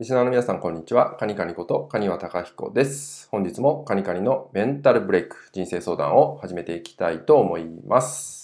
リスナーの皆さん、こんにちは。カニカニことカニワタカヒコです。本日もカニカニのメンタルブレイク人生相談を始めていきたいと思います。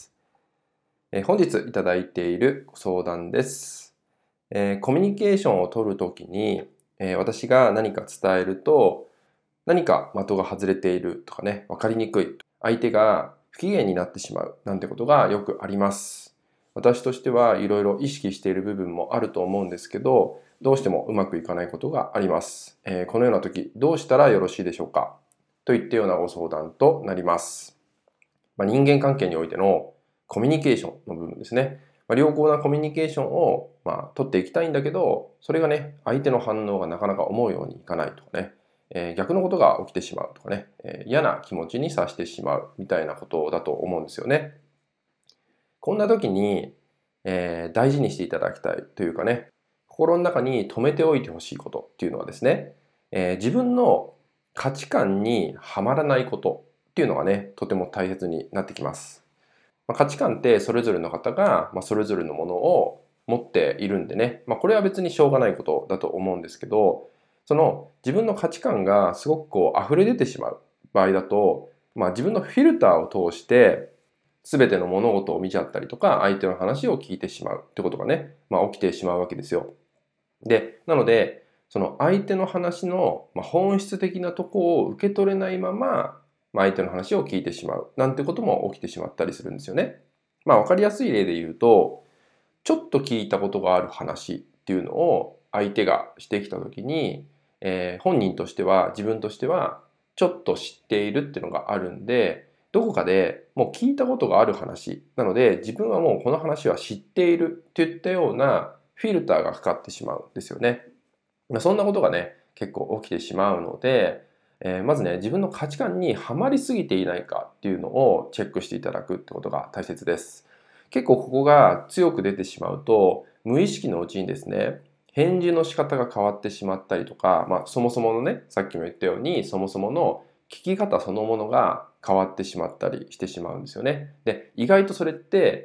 本日いただいている相談です。コミュニケーションを取るときに、私が何か伝えると何か的が外れているとかね、わかりにくい。相手が不機嫌になってしまうなんてことがよくあります。私としてはいろいろ意識している部分もあると思うんですけど、どうしてもうまくいかないことがあります。このような時どうしたらよろしいでしょうかといったようなご相談となります。人間関係においてのコミュニケーションの部分ですね。良好なコミュニケーションを取っていきたいんだけど、それがね、相手の反応がなかなか思うようにいかないとかね、逆のことが起きてしまうとかね、嫌な気持ちにさせてしまうみたいなことだと思うんですよね。こんな時に、大事にしていただきたいというかね、心の中に留めておいてほしいことっていうのはですね、自分の価値観にはまらないことっていうのがね、とても大切になってきます。価値観ってそれぞれの方が、それぞれのものを持っているんでね、これは別にしょうがないことだと思うんですけど、その自分の価値観がすごく溢れ出てしまう場合だと、自分のフィルターを通して全ての物事を見ちゃったりとか、相手の話を聞いてしまうってことがね、起きてしまうわけですよ。で、なので、その相手の話の本質的なとこを受け取れないまま、相手の話を聞いてしまうなんてことも起きてしまったりするんですよね。わかりやすい例で言うと、ちょっと聞いたことがある話っていうのを相手がしてきたときに、本人としては、自分としては、ちょっと知っているっていうのがあるんで、どこかでもう聞いたことがある話なので、自分はもうこの話は知っているっていったようなフィルターがかかってしまうんですよね。そんなことがね、結構起きてしまうので、まずね、自分の価値観にはまりすぎていないかっていうのをチェックしていただくってことが大切です。結構ここが強く出てしまうと、無意識のうちにですね、返事の仕方が変わってしまったりとか、そもそものね、さっきも言ったように、そもそもの聞き方そのものが変わってしまったりしてしまうんですよね。で、意外とそれって、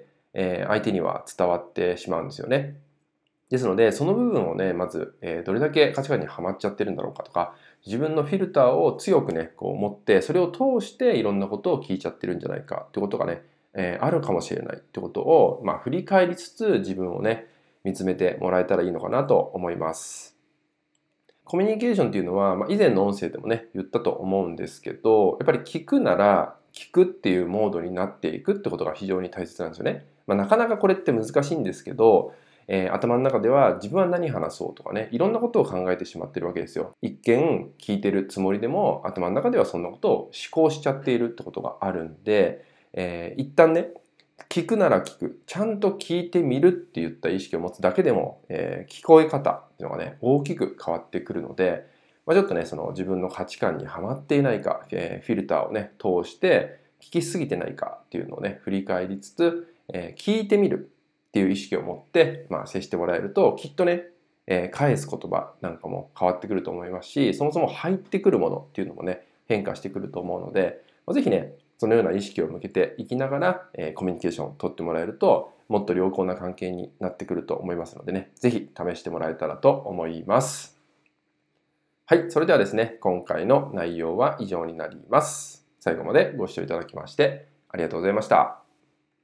相手には伝わってしまうんですよね。ですので、その部分をね、まず、どれだけ価値観にはまっちゃってるんだろうかとか、自分のフィルターを強くね、持って、それを通していろんなことを聞いちゃってるんじゃないかってことがね、あるかもしれないってことを、振り返りつつ自分をね、見つめてもらえたらいいのかなと思います。コミュニケーションっていうのは、以前の音声でもね、言ったと思うんですけど、やっぱり聞くなら、聞くっていうモードになっていくってことが非常に大切なんですよね。なかなかこれって難しいんですけど、頭の中では自分は何話そうとかね、いろんなことを考えてしまってるわけですよ。一見聞いてるつもりでも、頭の中ではそんなことを思考しちゃっているってことがあるんで、一旦ね、聞くなら聞く。ちゃんと聞いてみるって言った意識を持つだけでも、聞こえ方っていうのがね、大きく変わってくるので、ちょっとね、その自分の価値観にはまっていないか、フィルターをね、通して聞きすぎてないかっていうのをね、振り返りつつ、聞いてみるっていう意識を持って、接してもらえると、きっとね、返す言葉なんかも変わってくると思いますし、そもそも入ってくるものっていうのもね、変化してくると思うので、ぜひね、そのような意識を向けていきながら、コミュニケーションを取ってもらえると、もっと良好な関係になってくると思いますのでね、ぜひ試してもらえたらと思います。はい、それではですね、今回の内容は以上になります。最後までご視聴いただきましてありがとうございました。